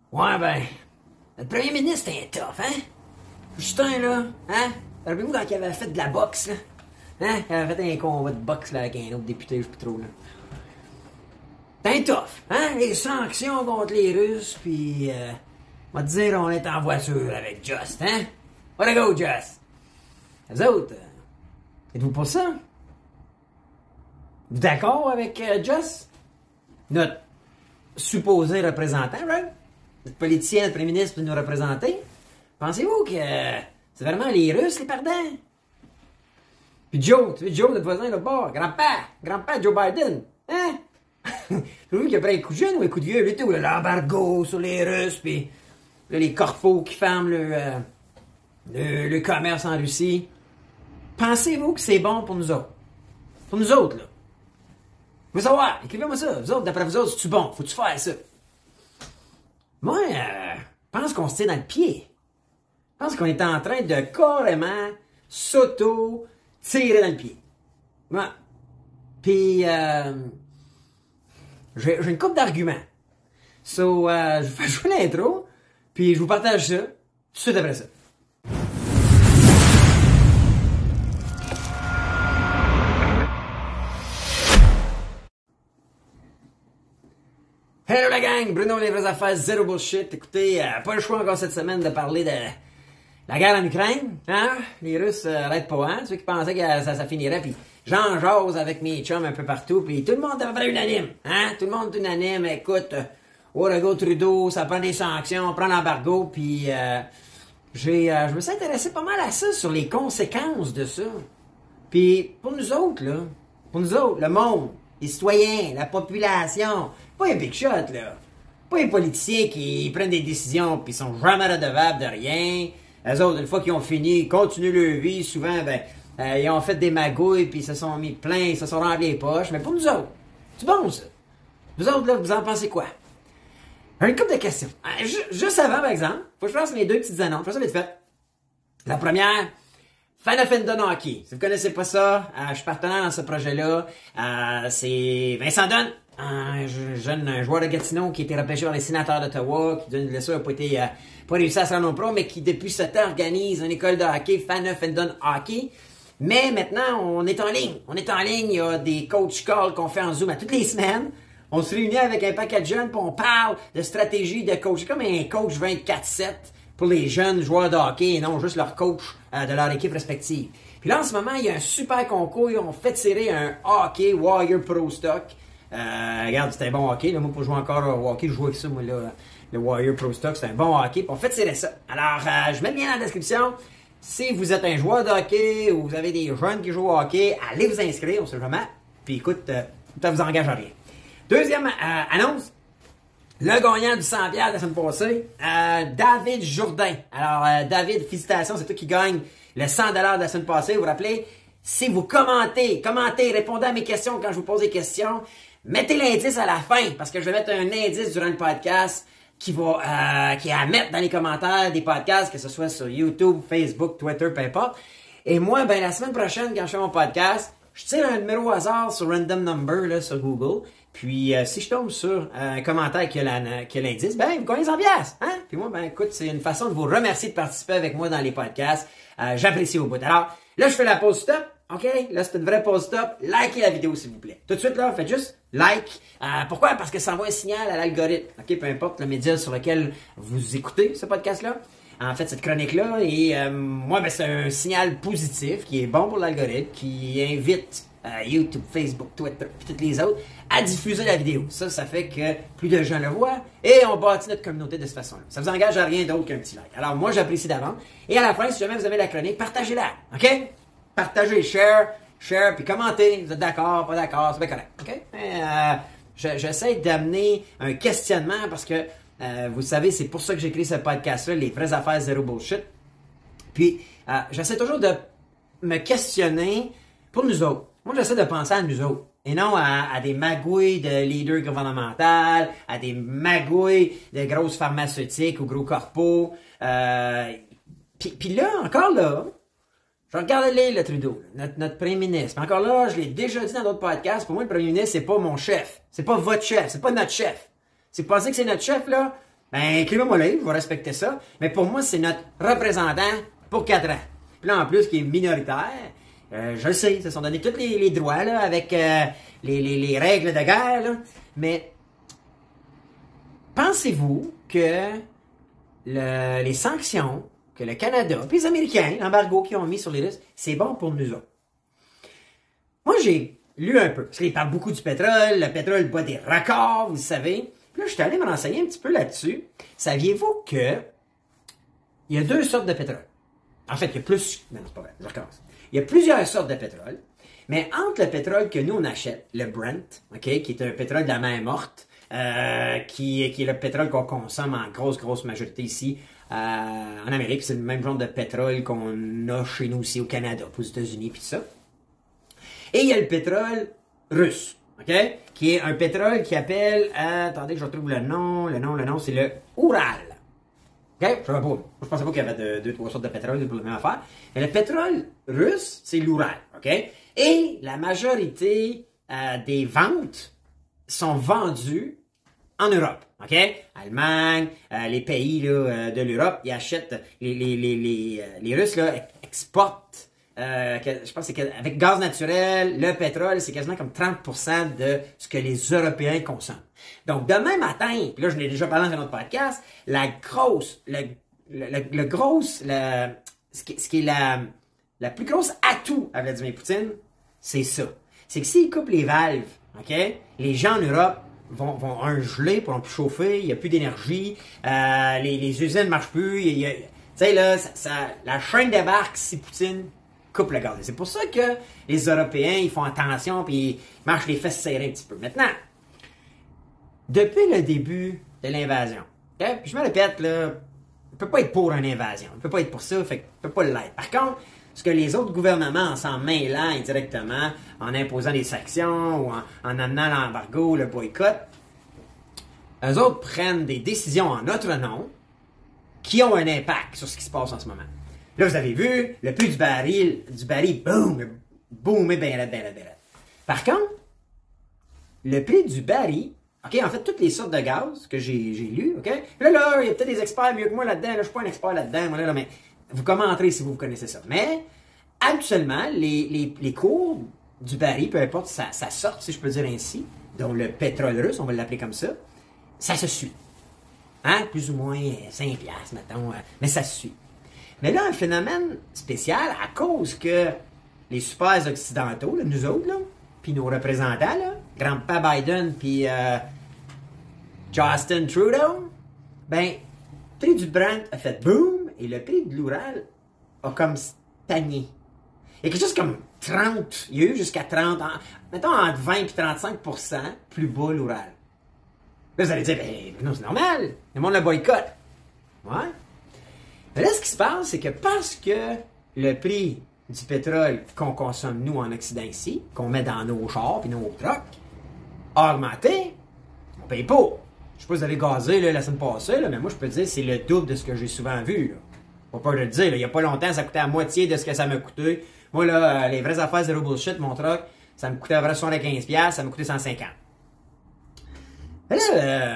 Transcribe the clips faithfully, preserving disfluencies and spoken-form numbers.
Ouais, ben, notre premier ministre est tough, hein? Justin, là, hein? Rappelez-vous quand il avait fait de la boxe, là? Hein? Il avait fait un combat de boxe, là, avec un autre député, je sais plus trop, là. C'est tough, hein? Les sanctions contre les Russes, pis, euh, on va te dire, on est en voiture avec Just, hein? Wanna go, Just? Vous autres, euh, êtes-vous pour ça? Vous d'accord avec euh, Just? Notre supposé représentant, right? Notre politicien, notre premier ministre peut nous représenter. Pensez-vous que euh, c'est vraiment les Russes, les perdants? Puis Joe, tu sais, Joe, notre voisin là-bas, grand-père, grand-père Joe Biden, hein? C'est lui qui a pris un coup de jeune ou un coup de vieux, tout, l'embargo sur les Russes, puis là, les corpos qui ferment le, euh, le, le commerce en Russie. Pensez-vous que c'est bon pour nous autres? Pour nous autres, là. Je veux savoir, écrivez-moi ça. Vous autres, d'après vous autres, c'est-tu bon? Faut-tu faire ça? Moi, euh, je pense qu'on se tire dans le pied. Je pense qu'on est en train de carrément s'auto-tirer dans le pied. Ouais. Puis, euh, j'ai une couple d'arguments. So, euh, je vais jouer l'intro, puis je vous partage ça tout de suite après ça. Hello la gang, Bruno les vraies affaires, zéro bullshit. Écoutez, euh, pas le choix encore cette semaine de parler de la guerre en Ukraine, hein? Les Russes euh, arrêtent pas, hein? Ceux qui pensaient que ça, ça finirait, puis j'en jase avec mes chums un peu partout, puis tout le monde est à peu près unanime, hein? Tout le monde est unanime, écoute, euh, Orago Trudeau, ça prend des sanctions, on prend l'embargo, puis euh, j'ai, euh, je me suis intéressé pas mal à ça, sur les conséquences de ça. Puis pour nous autres, là, pour nous autres, le monde, les citoyens, la population, pas les big shots, là. Pas les politiciens qui prennent des décisions puis sont jamais redevables de rien. Eux autres, une fois qu'ils ont fini, ils continuent leur vie. Souvent, ben, euh, ils ont fait des magouilles puis ils se sont mis plein, ils se sont remplis les poches. Mais pour nous autres, c'est bon, ça. Vous autres, là, vous en pensez quoi? Une couple de questions. Euh, juste avant, par exemple, faut que je fasse mes deux petites annonces. Je fais ça vite fait. La première, Fan of Endon Hockey. Si vous connaissez pas ça, euh, je suis partenaire dans ce projet-là. Euh, c'est Vincent Dunn, un jeune un joueur de Gatineau qui a été repêché par les sénateurs d'Ottawa, qui d'une blessure n'a pas été, euh, pas réussi à se rendre au pro, mais qui depuis sept ans organise une école de hockey, Fan of Endon Hockey. Mais maintenant, on est en ligne. On est en ligne. Il y a des coach calls qu'on fait en Zoom à toutes les semaines. On se réunit avec un paquet de jeunes, puis on parle de stratégie de coach. C'est comme un coach vingt-quatre sept pour les jeunes joueurs de hockey et non juste leur coach euh, de leur équipe respective. Puis là, en ce moment, il y a un super concours. On fait tirer un Hockey Warrior Pro Stock. Euh, regarde, c'est un bon hockey. Là, moi, pour jouer encore au hockey, je joue avec ça, moi, là. Le Warrior Pro Stock, c'est un bon hockey. Puis on fait tirer ça. Alors, euh, je mets le lien dans la description. Si vous êtes un joueur de hockey ou vous avez des jeunes qui jouent au hockey, allez vous inscrire, on sait jamais. Puis écoute, euh, ça vous engage à rien. Deuxième euh, annonce. Le gagnant du cent piastres de la semaine passée, euh, David Jourdain. Alors, euh, David, félicitations, c'est toi qui gagne le cent dollars de la semaine passée. Vous vous rappelez, si vous commentez, commentez, répondez à mes questions quand je vous pose des questions, mettez l'indice à la fin, parce que je vais mettre un indice durant le podcast qui va, euh, qui est à mettre dans les commentaires des podcasts, que ce soit sur YouTube, Facebook, Twitter, peu importe. Et moi, ben, la semaine prochaine, quand je fais mon podcast, je tire un numéro au hasard sur Random Number, là, sur Google. Puis, euh, si je tombe sur euh, un commentaire qui a l'indice, ben, vous gagnez cent piastres, hein? Puis moi, ben, écoute, c'est une façon de vous remercier de participer avec moi dans les podcasts. Euh, j'apprécie au bout. Alors, là, je fais la pause stop, OK? Là, c'est une vraie pause stop. Likez la vidéo, s'il vous plaît. Tout de suite, là, faites juste like. Euh, pourquoi? Parce que ça envoie un signal à l'algorithme, OK? Peu importe le média sur lequel vous écoutez ce podcast-là. En fait, cette chronique-là. Et euh, moi, ben, c'est un signal positif qui est bon pour l'algorithme, qui invite euh, YouTube, Facebook, Twitter, et toutes les autres à diffuser la vidéo. Ça, ça fait que plus de gens le voient et on bâtit notre communauté de cette façon-là. Ça vous engage à rien d'autre qu'un petit like. Alors, moi, j'apprécie d'avance. Et à la fin, si jamais vous avez la chronique, partagez-la, OK? Partagez, share, share, puis commentez. Vous êtes d'accord, pas d'accord, c'est bien correct, OK? Euh, J'essaie d'amener un questionnement parce que Euh, vous savez, c'est pour ça que j'ai créé ce podcast-là, les vraies affaires zéro bullshit. Puis, euh, j'essaie toujours de me questionner pour nous autres. Moi, j'essaie de penser à nous autres. Et non à, à des magouilles de leaders gouvernementaux, à des magouilles de grosses pharmaceutiques ou gros corpos. Euh, puis, puis là, encore là, je regarde les, le Trudeau, notre, notre premier ministre. Mais encore là, je l'ai déjà dit dans d'autres podcasts, pour moi, le premier ministre, c'est pas mon chef. C'est pas votre chef. C'est pas notre chef. Si vous pensez que c'est notre chef, là, Ben, écrivez-moi là, je vais respecter ça. Mais pour moi, c'est notre représentant pour quatre ans. Puis là, en plus, qui est minoritaire, euh, je le sais, ils se sont donné tous les, les droits, là, avec euh, les, les, les règles de guerre, là. Mais, pensez-vous que le, les sanctions que le Canada, puis les Américains, l'embargo qu'ils ont mis sur les Russes, c'est bon pour nous autres? Moi, j'ai lu un peu, parce qu'ils parlent beaucoup du pétrole, le pétrole bat des records, vous savez. Puis là, je suis allé me renseigner un petit peu là-dessus. Saviez-vous que il y a deux sortes de pétrole? En fait, il y a plus... Non, c'est pas vrai, je recommence. Il y a plusieurs sortes de pétrole, mais entre le pétrole que nous, on achète, le Brent, ok, qui est un pétrole de la mer morte, euh, qui, qui est le pétrole qu'on consomme en grosse, grosse majorité ici, euh, en Amérique, c'est le même genre de pétrole qu'on a chez nous aussi au Canada, aux États-Unis, puis tout ça. Et il y a le pétrole russe, ok, qui est un pétrole qui appelle, euh, attendez que je retrouve le nom, le nom, le nom, c'est le Oural. OK? Je savais pas. Je pensais pas qu'il y avait de, deux, trois sortes de pétrole pour la même affaire. Mais le pétrole russe, c'est l'Oural. OK? Et la majorité euh, des ventes sont vendues en Europe. OK? Allemagne, euh, les pays là, euh, de l'Europe, ils achètent, les, les, les, les, euh, les Russes là, exportent, euh, que, je pense que avec gaz naturel, le pétrole, c'est quasiment comme trente pour cent de ce que les Européens consomment. Donc, demain matin, puis là, je l'ai déjà parlé dans un autre podcast, la grosse, le, le, le, le grosse, le, ce, qui, ce qui est la, la plus grosse atout à Vladimir Poutine, c'est ça. C'est que s'il coupe les valves, OK, les gens en Europe vont, vont un geler, pourront plus chauffer, il n'y a plus d'énergie, euh, les, les usines ne marchent plus, tu sais, là, ça, ça, la chaîne débarque si Poutine coupe le gaz. C'est pour ça que les Européens, ils font attention, puis ils marchent les fesses serrées un petit peu. Maintenant, depuis le début de l'invasion, okay? Puis je me répète, là, on ne peut pas être pour une invasion. On ne peut pas être pour ça, fait qu'on ne peut pas l'être. Par contre, ce que les autres gouvernements, en s'en mêlant indirectement, en imposant des sanctions ou en, en amenant l'embargo, le boycott, eux autres prennent des décisions en notre nom qui ont un impact sur ce qui se passe en ce moment. Là, vous avez vu, le prix du baril, du baril, boum, boum, et bien là, bien là, bien là. Par contre, le prix du baril, OK, en fait, toutes les sortes de gaz que j'ai lues, OK? Là, là, il y a peut-être des experts mieux que moi là-dedans. Là, je ne suis pas un expert là-dedans, moi, là, là, mais vous commenterez si vous connaissez ça. Mais, actuellement, les, les, les cours du baril, peu importe sa, sa sorte, si je peux dire ainsi, dont le pétrole russe, on va l'appeler comme ça, ça se suit. Hein? Plus ou moins cinq piastres, mettons, mais ça se suit. Mais là, un phénomène spécial, à cause que les super occidentaux, là, nous autres, là, puis nos représentants, là, grand-papa Biden, puis euh, Justin Trudeau, ben, le prix du Brent a fait boom, et le prix de l'Oural a comme stagné. Il y a quelque chose comme trente, il y a eu jusqu'à trente, en, mettons entre vingt et trente-cinq pour cent plus bas l'Oural. Là, vous allez dire, ben, non, c'est normal, le monde le boycotte. Ouais. Mais là, ce qui se passe, c'est que parce que le prix du pétrole qu'on consomme, nous, en Occident ici, qu'on met dans nos chars et nos trucks, a augmenté, on paye pas. Je sais pas si vous avez gazé là, la semaine passée, là, mais moi, je peux te dire c'est le double de ce que j'ai souvent vu. Là. Pas peur de le dire. Là. Il y a pas longtemps, ça coûtait la moitié de ce que ça m'a coûté. Moi, là, les vraies affaires zéro bullshit, mon truck, ça me coûtait à vrai soixante-quinze piastres, ça m'a coûté cent cinquante. Mais là, euh,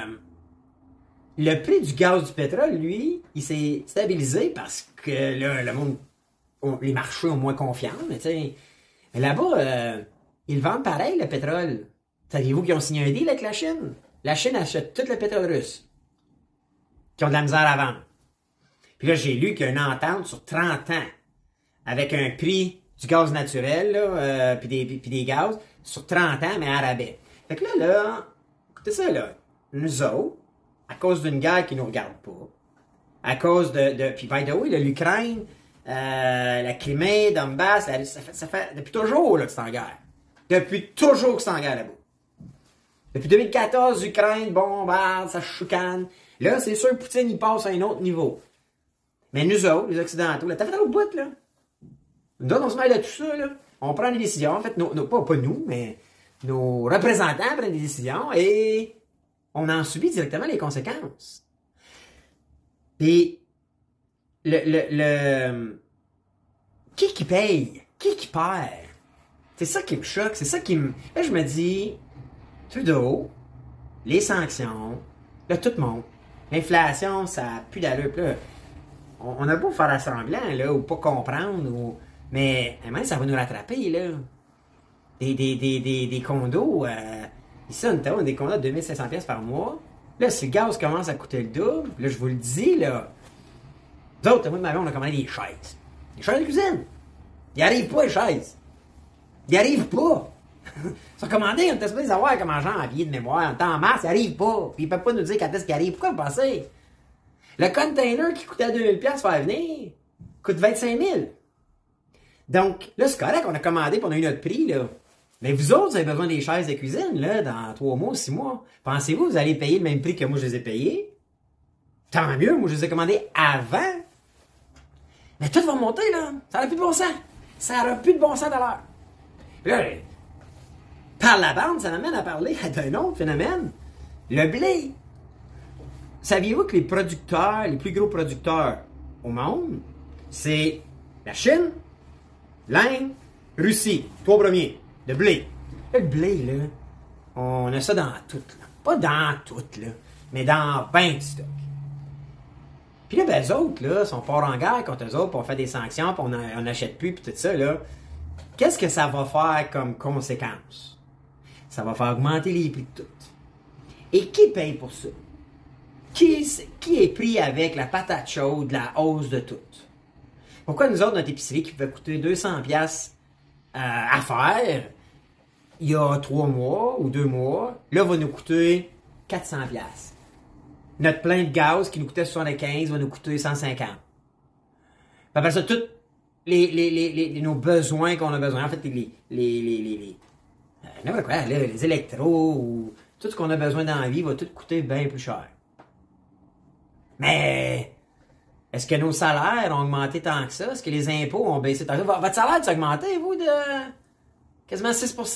le prix du gaz du pétrole, lui, il s'est stabilisé parce que là, le monde, les marchés ont moins confiance. Mais tu sais, là-bas, euh, ils vendent pareil, le pétrole. Saviez-vous qu'ils ont signé un deal avec la Chine? La Chine achète tout le pétrole russe. Qui ont de la misère à vendre. Puis là, j'ai lu qu'il y a une entente sur trente ans avec un prix du gaz naturel, là, euh, puis des, puis des gaz, sur trente ans, mais à rabais. Fait que là, là, écoutez ça, là, nous autres, à cause d'une guerre qui ne nous regarde pas, à cause de, de puis by the way, l'Ukraine, euh, la Crimée, Donbass, la, ça, fait, ça fait depuis toujours là, que c'est en guerre. Depuis toujours que c'est en guerre là-bas. Depuis deux mille quatorze, l'Ukraine bombarde, ça chicane. Là, c'est sûr, Poutine, il passe à un autre niveau. Mais nous autres, les Occidentaux, là, t'as fait dans l'autre bout, là. Nous autres, on se mêle de tout ça, là. On prend des décisions. En fait, nos, nos, pas, pas nous, mais nos représentants prennent des décisions et on en subit directement les conséquences. Puis, le, le, le... Qui qui paye? Qui qui perd? C'est ça qui me choque, c'est ça qui me... Là, je me dis, Trudeau, les sanctions, là, tout le monde, L'inflation, ça n'a plus d'allure. Là, on, on a beau faire semblant, là, ou pas comprendre, ou... mais même ça va nous rattraper, là. Des, des, des, des, des condos, euh, ici, on a des condos de deux mille cinq cents dollars par mois. Là, si le gaz commence à coûter le double, là, je vous le dis, là, nous autres, moi de ma vie, on a commandé des chaises. Des chaises de cuisine. Ils arrivent pas, les chaises. Ils arrivent pas. Ils sont commandés, on était supposé savoir comment genre en billet de mémoire, en temps en mars, ils arrivent pas. Puis ils peuvent pas nous dire quand est-ce qu'ils arrivent. Pourquoi vous pensez? Le container qui coûtait deux mille dollars faire venir coûte vingt-cinq mille. Donc, là, c'est correct, on a commandé pour on a eu notre prix, là. Mais vous autres, vous avez besoin des chaises de cuisine, là, dans trois mois, six mois. Pensez-vous, vous allez payer le même prix que moi, je les ai payés? Tant mieux, moi, je les ai commandés avant. Mais tout va monter, là. Ça n'aura plus de bon sens. Ça n'aura plus de bon sens de l'heure. Là, par la bande, ça m'amène à parler d'un autre phénomène. Le blé. Saviez-vous que les producteurs, les plus gros producteurs au monde, c'est la Chine, l'Inde, Russie, trois premiers, de blé. Le blé, là, on a ça dans tout, là. Pas dans tout, là, mais dans ben de stock. Puis là, ben, eux autres, là, sont pas en guerre contre eux autres, puis on fait des sanctions, puis on n'achète plus, puis tout ça, là. Qu'est-ce que ça va faire comme conséquence? Ça va faire augmenter les prix de tout. Et qui paye pour ça? Qui, qui est pris avec la patate chaude, la hausse de tout? Pourquoi nous autres, notre épicerie qui pouvait coûter deux cents dollars euh, à faire, il y a trois mois ou deux mois, là, va nous coûter quatre cents dollars. Notre plein de gaz qui nous coûtait soixante-quinze va nous coûter cent cinquante. Puis après ça, tous les, les, les, les, nos besoins qu'on a besoin, en fait, les, les, les, les, les, euh, n'importe quoi, là, les électros, ou tout ce qu'on a besoin dans la vie va tout coûter bien plus cher. Mais est-ce que nos salaires ont augmenté tant que ça? Est-ce que les impôts ont baissé tant que ça? Votre salaire a augmenté, vous, de quasiment six pour cent?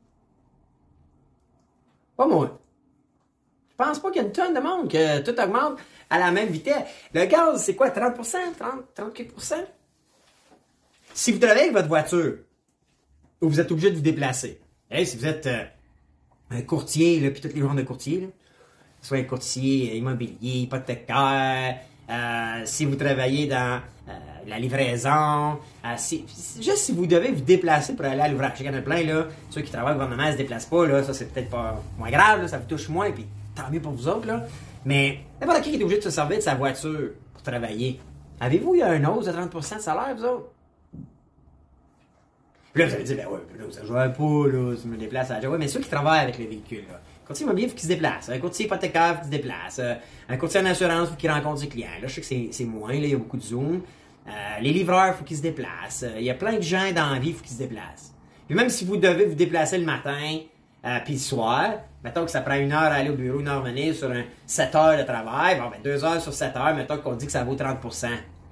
Pas moi. Je pense pas qu'il y a une tonne de monde que tout augmente à la même vitesse. Le gaz, c'est quoi? trente pour cent? trente, trente-quatre pour cent? Si vous travaillez avec votre voiture, ou vous êtes obligé de vous déplacer, hey, si vous êtes euh, un courtier, là, puis tous les genres de courtiers, là, soit un courtier immobilier, hypothécaire, euh, si vous travaillez dans euh, la livraison, euh, si, juste si vous devez vous déplacer pour aller à l'ouvrage. Il y en a plein, là, ceux qui travaillent au gouvernement ne se déplacent pas, là, ça c'est peut-être pas moins grave, là, ça vous touche moins, puis tant mieux pour vous autres, là. Mais n'importe qui qui est obligé de se servir de sa voiture pour travailler. Avez-vous eu un hausse de trente pour cent de salaire, vous autres? Puis là, vous allez dire, ben ouais, là, ça joue pas, là, ça me déplace à la job. Ouais, mais ceux qui travaillent avec les véhicules, là. Un courtier immobilier, il faut qu'il se déplace. Un courtier hypothécaire, il faut qu'il se déplace. Un courtier en assurance, il faut qu'il rencontre ses clients. Là, je sais que c'est moins, là, il y a beaucoup de Zoom. Euh, les livreurs, il faut qu'ils se déplacent. Il y a plein de gens dans la vie, il faut qu'ils se déplacent. Puis même si vous devez vous déplacer le matin, euh, puis le soir, mettons que ça prend une heure à aller au bureau, une heure venir sur un sept heures de travail, bon, ben deux heures sur sept heures, mettons qu'on dit que ça vaut trente pour cent.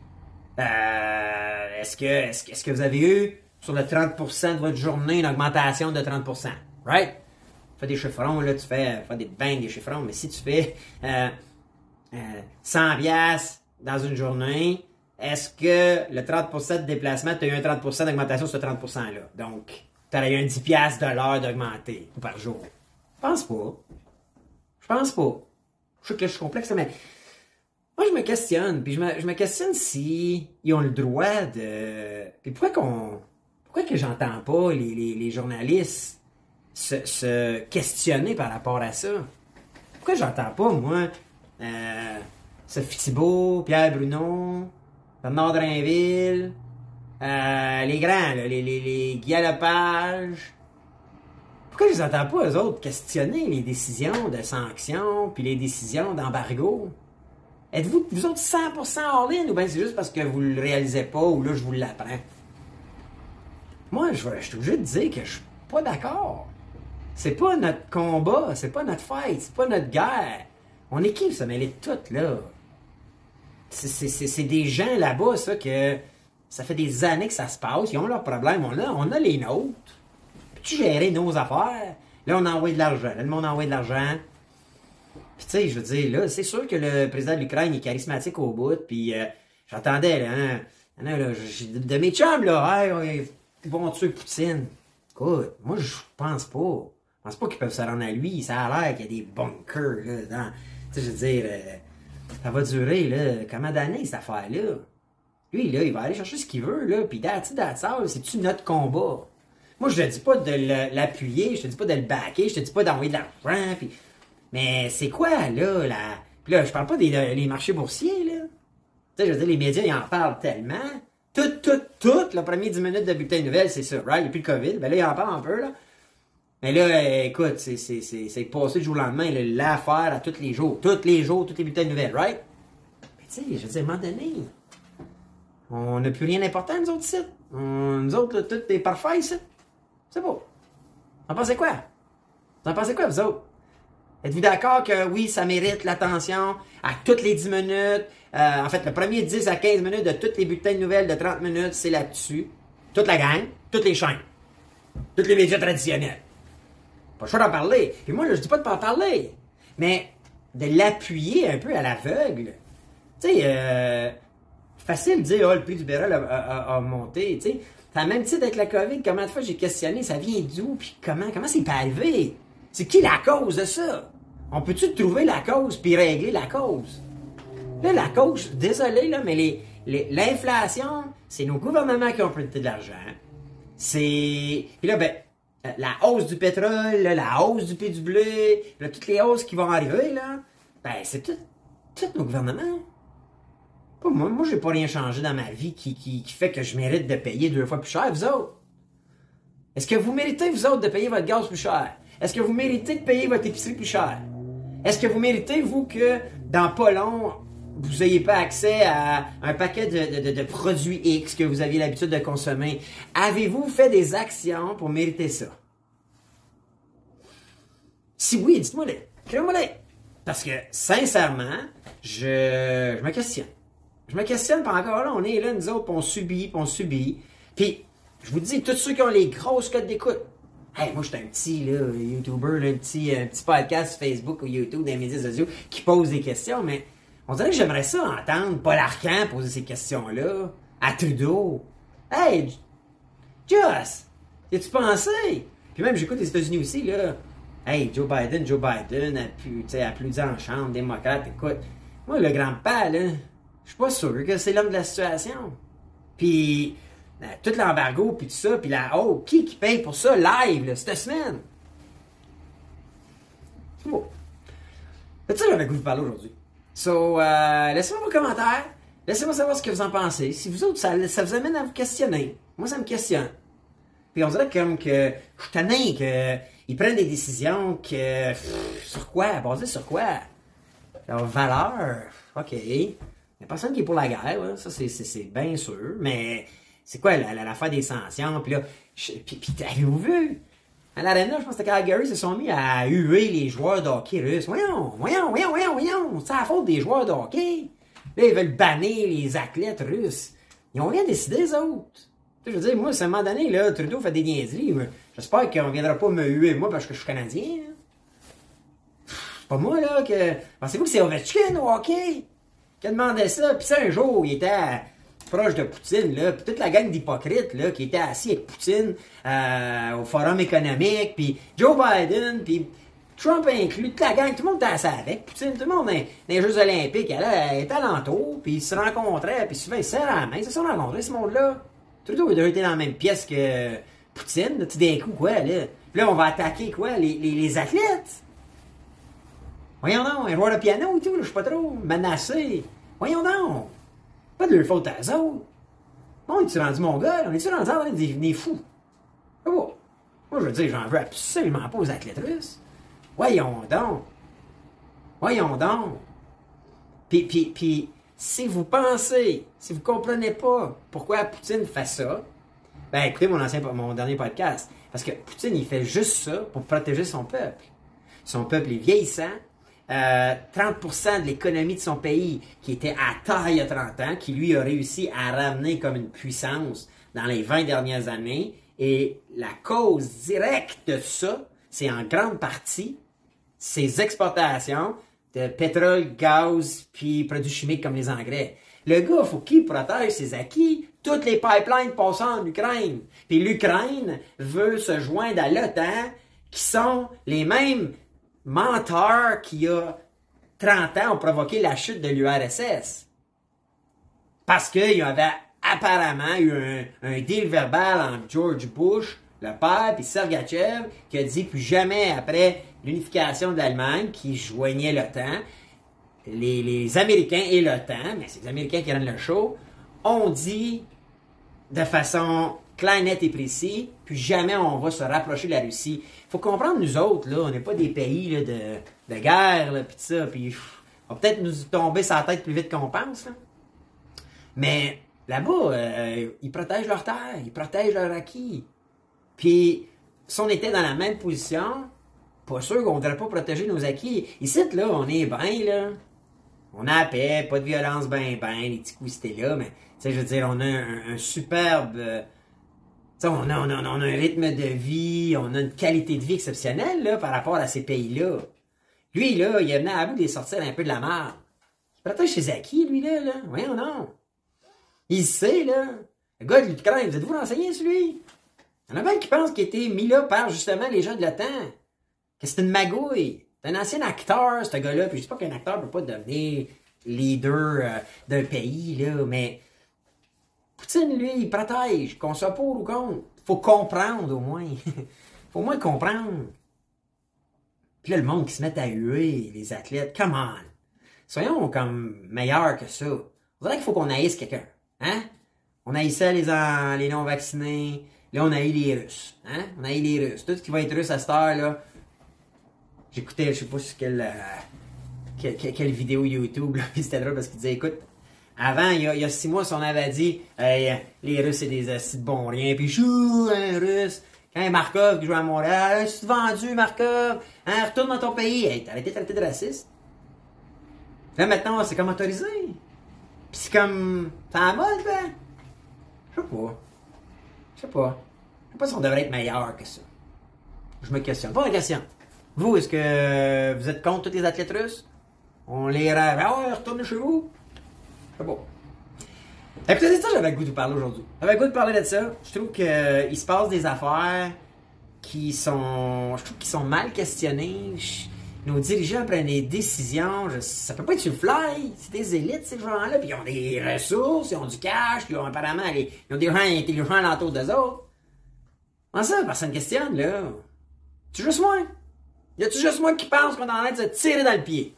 Euh, est-ce que, est-ce que, est-ce que vous avez eu sur le trente pour cent de votre journée une augmentation de trente pour cent? Right? Tu fais des chiffrons, là, tu fais, fais des bangs, des chiffrons, mais si tu fais euh, euh, cent piastres dans une journée, est-ce que le trente pour cent de déplacement, tu as eu un trente pour cent d'augmentation sur ce trente pour cent-là? Donc, tu as eu un dix piastres de l'heure d'augmenter par jour. Je pense pas. Je pense pas. Je sais que là, je suis complexe, mais moi, je me questionne. Puis je me, je me questionne si ils ont le droit de... Puis pourquoi qu'on... Pourquoi que j'entends pas les, les, les journalistes se, se questionner par rapport à ça? Pourquoi j'entends pas, moi, euh, Sophie Thibault, Pierre Bruno, Bernard Drinville, euh, les grands, là, les, les, les Guy Lepage. Pourquoi je les entends pas, eux autres, questionner les décisions de sanctions puis les décisions d'embargo? Êtes-vous, vous autres, cent pour cent all-in ou bien c'est juste parce que vous le réalisez pas ou là, je vous l'apprends? Moi, je, je suis obligé de dire que je suis pas d'accord. C'est pas notre combat, c'est pas notre fight, c'est pas notre guerre. On est qui pour se mêler de tout, là? C'est des gens là-bas, ça, que ça fait des années que ça se passe, ils ont leurs problèmes, on a, on a les nôtres. Puis-tu gérer nos affaires? Là, on envoie de l'argent, là, le monde envoie de l'argent. Puis tu sais, je veux dire, là, c'est sûr que le président de l'Ukraine est charismatique au bout, puis euh, j'entendais, là, hein, là, là, de mes chums, là, hey, ouais, ils vont tuer Poutine. Écoute, moi, je pense pas. Je pense pas qu'ils peuvent se rendre à lui. Ça a l'air qu'il y a des bunkers, là, dans... Tu sais, je veux dire... Euh, ça va durer, là, comment d'années, cette affaire-là? Lui, là, il va aller chercher ce qu'il veut, là, puis that's it, that's all, c'est-tu notre combat? Moi, je te dis pas de l'appuyer, je te dis pas de le backer, je te dis pas d'envoyer de l'argent, puis... Mais c'est quoi, là, la... Puis là, je parle pas des les marchés boursiers, là. Tu sais, je veux dire, les médias, ils en parlent tellement. Tout, tout, tout, le premier dix minutes de bulletin de nouvelles, c'est ça, right? Il n'y a plus le COVID. Ben là, ils en parlent un peu, là. Mais là, écoute, c'est passé du jour au lendemain, l'affaire à tous les jours. Tous les jours, tous les bulletins de nouvelles, right? Mais tu sais, je veux dire, à un moment donné, on n'a plus rien d'important, nous autres, ici. On, nous autres, là, tout est parfait, ici. C'est beau. Vous en pensez quoi? Vous en pensez quoi, vous autres? Êtes-vous d'accord que oui, ça mérite l'attention à toutes les dix minutes? Euh, en fait, le premier dix à quinze minutes de tous les bulletins de nouvelles de trente minutes, c'est là-dessus. Toute la gang, toutes les chaînes, tous les médias traditionnels. Pas le choix d'en parler. Puis moi, là, je dis pas de pas en parler, mais de l'appuyer un peu à l'aveugle. Tu sais, euh, facile de dire, oh, le prix du baril a, a, a monté, tu sais. C'est le même titre avec la COVID. Combien de fois j'ai questionné, ça vient d'où, puis comment, comment c'est pas arrivé? C'est qui la cause de ça? On peut-tu trouver la cause puis régler la cause? Là, la cause, désolé, là, mais les, les, l'inflation, c'est nos gouvernements qui ont prêté de l'argent. C'est... Puis là, ben, la hausse du pétrole, là, la hausse du prix du blé, là, toutes les hausses qui vont arriver, là, ben, c'est tout, tout nos gouvernements. Pas moi, moi, j'ai pas rien changé dans ma vie qui, qui, qui fait que je mérite de payer deux fois plus cher, vous autres. Est-ce que vous méritez, vous autres, de payer votre gaz plus cher? Est-ce que vous méritez de payer votre épicerie plus cher? Est-ce que vous méritez, vous, que dans pas long, vous n'ayez pas accès à un paquet de, de, de produits X que vous aviez l'habitude de consommer? Avez-vous fait des actions pour mériter ça? Si oui, dites-moi-les. Écrivez-moi-les. Parce que, sincèrement, je, je me questionne. Je me questionne, puis encore là, on est là, nous autres, puis on subit, puis on subit. Puis, je vous dis, tous ceux qui ont les grosses cotes d'écoute, hey, moi, je suis un petit là, YouTuber, là, un, petit, un petit podcast Facebook ou YouTube, des médias sociaux, qui pose des questions, mais on dirait que j'aimerais ça entendre Paul Arcand poser ces questions-là à Trudeau. Hey, Just, as-tu pensé? Puis même, j'écoute les États-Unis aussi, là. Hey, Joe Biden, Joe Biden, applaudi en chambre, démocrate, écoute. Moi, le grand-père, là, je suis pas sûr que c'est l'homme de la situation. Puis... tout l'embargo, puis tout ça, puis la oh, qui qui paye pour ça live, là, cette semaine? C'est beau. C'est ça que j'avais goût de vous parler aujourd'hui. So, euh, laissez-moi vos commentaires. Laissez-moi savoir ce que vous en pensez. Si vous autres, ça, ça vous amène à vous questionner. Moi, ça me questionne. Puis on dirait comme que je suis tanné qu'ils prennent des décisions que... Pff, sur quoi? Basées sur quoi? Leur valeur? OK. Il n'y a personne qui est pour la guerre, là. Ça, c'est bien sûr. Mais... c'est quoi l'affaire des sanctions? Puis là, je, puis, puis avez-vous vu? À l'aréna, je pense que Calgary se sont mis à huer les joueurs de hockey russes. Voyons, voyons, voyons, voyons, voyons. C'est la faute des joueurs de hockey. Là, ils veulent bannir les athlètes russes. Ils ont rien décidé, les autres. Tu sais, je veux dire, moi, à un moment donné, là, Trudeau fait des niaiseries. J'espère qu'on ne viendra pas me huer, moi, parce que je suis Canadien. C'est pas moi, là, que... Pensez-vous que c'est Ovechkin au hockey qui a demandé ça? Puis ça, un jour, il était... à... proche de Poutine, là, puis toute la gang d'hypocrites, là, qui était assis avec Poutine euh, au Forum économique, puis Joe Biden, puis Trump inclus, toute la gang, tout le monde était assis avec Poutine, tout le monde dans, dans les Jeux olympiques, elle, elle était alentour, puis ils se rencontraient, puis souvent ils se serraient la main, ils se sont rencontrés, ce monde-là. Trudeau a déjà été dans la même pièce que Poutine, tout d'un coup, quoi, là. Puis là, on va attaquer, quoi, les, les, les athlètes. Voyons donc, un joueur de piano et tout, là, je sais pas trop, menacé. Voyons donc. Pas de leur faute à eux autres. On est-tu rendu mon gars? On est-tu rendu en train de devenir fou? Oh. Moi, je veux dire, j'en veux absolument pas aux athlètes russes. Voyons donc. Voyons donc. Puis, puis, puis, si vous pensez, si vous comprenez pas pourquoi Poutine fait ça, ben écoutez mon, ancien, mon dernier podcast. Parce que Poutine, il fait juste ça pour protéger son peuple. Son peuple est vieillissant. Euh, trente pour cent de l'économie de son pays qui était à taille il y a trente ans, qui lui a réussi à ramener comme une puissance dans les vingt dernières années. Et la cause directe de ça, c'est en grande partie ses exportations de pétrole, gaz, puis produits chimiques comme les engrais. Le gars, il faut qu'il protège ses acquis. Toutes les pipelines passent en Ukraine. Puis l'Ukraine veut se joindre à l'OTAN, qui sont les mêmes menteurs qu'il y a trente ans ont provoqué la chute de l'U R S S. Parce qu'il y avait apparemment eu un, un deal verbal entre George Bush, le père, puis Sergachev, qui a dit plus jamais après l'unification de l'Allemagne, qui joignait l'OTAN, les, les Américains et l'OTAN, mais c'est les Américains qui rennent le show, ont dit de façon claire, nette et précise, puis jamais on va se rapprocher de la Russie. Il faut comprendre, nous autres, là, on n'est pas des pays là, de, de guerre, là, puis ça, puis on va peut-être nous tomber sur la tête plus vite qu'on pense, là. Mais là-bas, euh, ils protègent leur terre, ils protègent leur acquis. Puis, si on était dans la même position, pas sûr qu'on ne devrait pas protéger nos acquis. Ici, là, on est bien, là. On a la paix, pas de violence, ben, ben, les petits coups, c'était là, mais, tu sais, je veux dire, on a un, un superbe... Euh, tu sais, on a, on, a, on a un rythme de vie, on a une qualité de vie exceptionnelle, là, par rapport à ces pays-là. Lui, là, il est venu à bout de les sortir un peu de la merde. Il protège ses acquis, lui, là, là. Voyons, non. Il sait, là. Le gars de l'Ukraine, vous êtes-vous renseigné sur lui? Il y en a bien qui pensent qu'il a été mis là par, justement, les gens de l'OTAN. Que c'est une magouille. C'est un ancien acteur, ce gars-là. Puis je dis pas qu'un acteur ne peut pas devenir leader euh, d'un pays, là, mais Poutine, lui, il protège, qu'on soit pour ou contre. Faut comprendre, au moins. Faut au moins comprendre. Puis là, le monde qui se met à huer, les athlètes, come on. Soyons comme meilleurs que ça. On dirait qu'il faut qu'on haïsse quelqu'un. Hein? On haïssait les, les non-vaccinés. Là, on haït les Russes. Hein? On haït les Russes. Tout ce qui va être russe à cette heure-là. J'écoutais, je sais pas sur quelle, euh, quelle, quelle, quelle vidéo YouTube, là, puis c'était drôle parce qu'il disait, écoute, avant, il y a, il y a six mois, si on avait dit, hey, les Russes, c'est des assis de bon rien, puis chou, un Russe, quand Markov qui joue à Montréal, tu vendu, Markov, hein, retourne dans ton pays, hey, t'as arrêté de traiter de raciste. Là, maintenant, c'est comme autorisé. Puis c'est comme, c'est en mode, ben, je sais pas. Je sais pas. Je sais pas si on devrait être meilleur que ça. Je me questionne. Pas de question. Vous, est-ce que vous êtes contre tous les athlètes russes? On les rêve. Ah ouais, retournez chez vous. Je sais pas. Écoutez, c'est ça que j'avais le goût de vous parler aujourd'hui. J'avais le goût de parler de ça. Je trouve qu'il euh, se passe des affaires qui sont. Je trouve qu'ils sont mal questionnées. Je, nos dirigeants prennent des décisions. Je, ça peut pas être sur le fly. C'est des élites, ces gens-là. Puis ils ont des ressources, ils ont du cash, puis ils ont apparemment les, ils ont des gens intelligents alentour d'eux autres. Comment ça, personne questionne, là? C'est juste moi. Y a-tu juste moi qui pense qu'on est en train de se tirer dans le pied?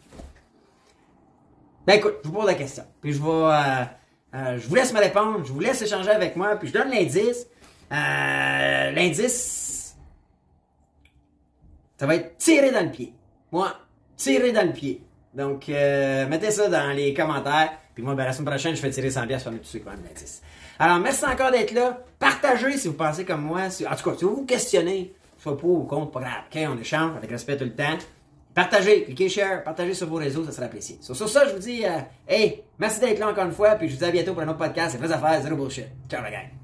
Ben écoute, je vous pose la question. Puis je vais... Euh, euh, je vous laisse me répondre, je vous laisse échanger avec moi, puis je donne l'indice. Euh, l'indice... Ça va être tirer dans le pied. Moi, tirer dans le pied. Donc, euh, mettez ça dans les commentaires. Puis moi, ben, la semaine prochaine, je fais tirer cent piastres parmi tous ceux qui vont me l'indice. Alors, merci encore d'être là. Partagez si vous pensez comme moi. Si, en tout cas, si vous vous questionnez, soit pour ou contre, pas grave. OK, on échange avec respect tout le temps. Partagez, cliquez share, partagez sur vos réseaux, ça sera apprécié. Sur, sur ça, je vous dis, euh, hey, merci d'être là encore une fois, puis je vous dis à bientôt pour un autre podcast. C'est vraies affaires, zéro bullshit. Ciao la gang.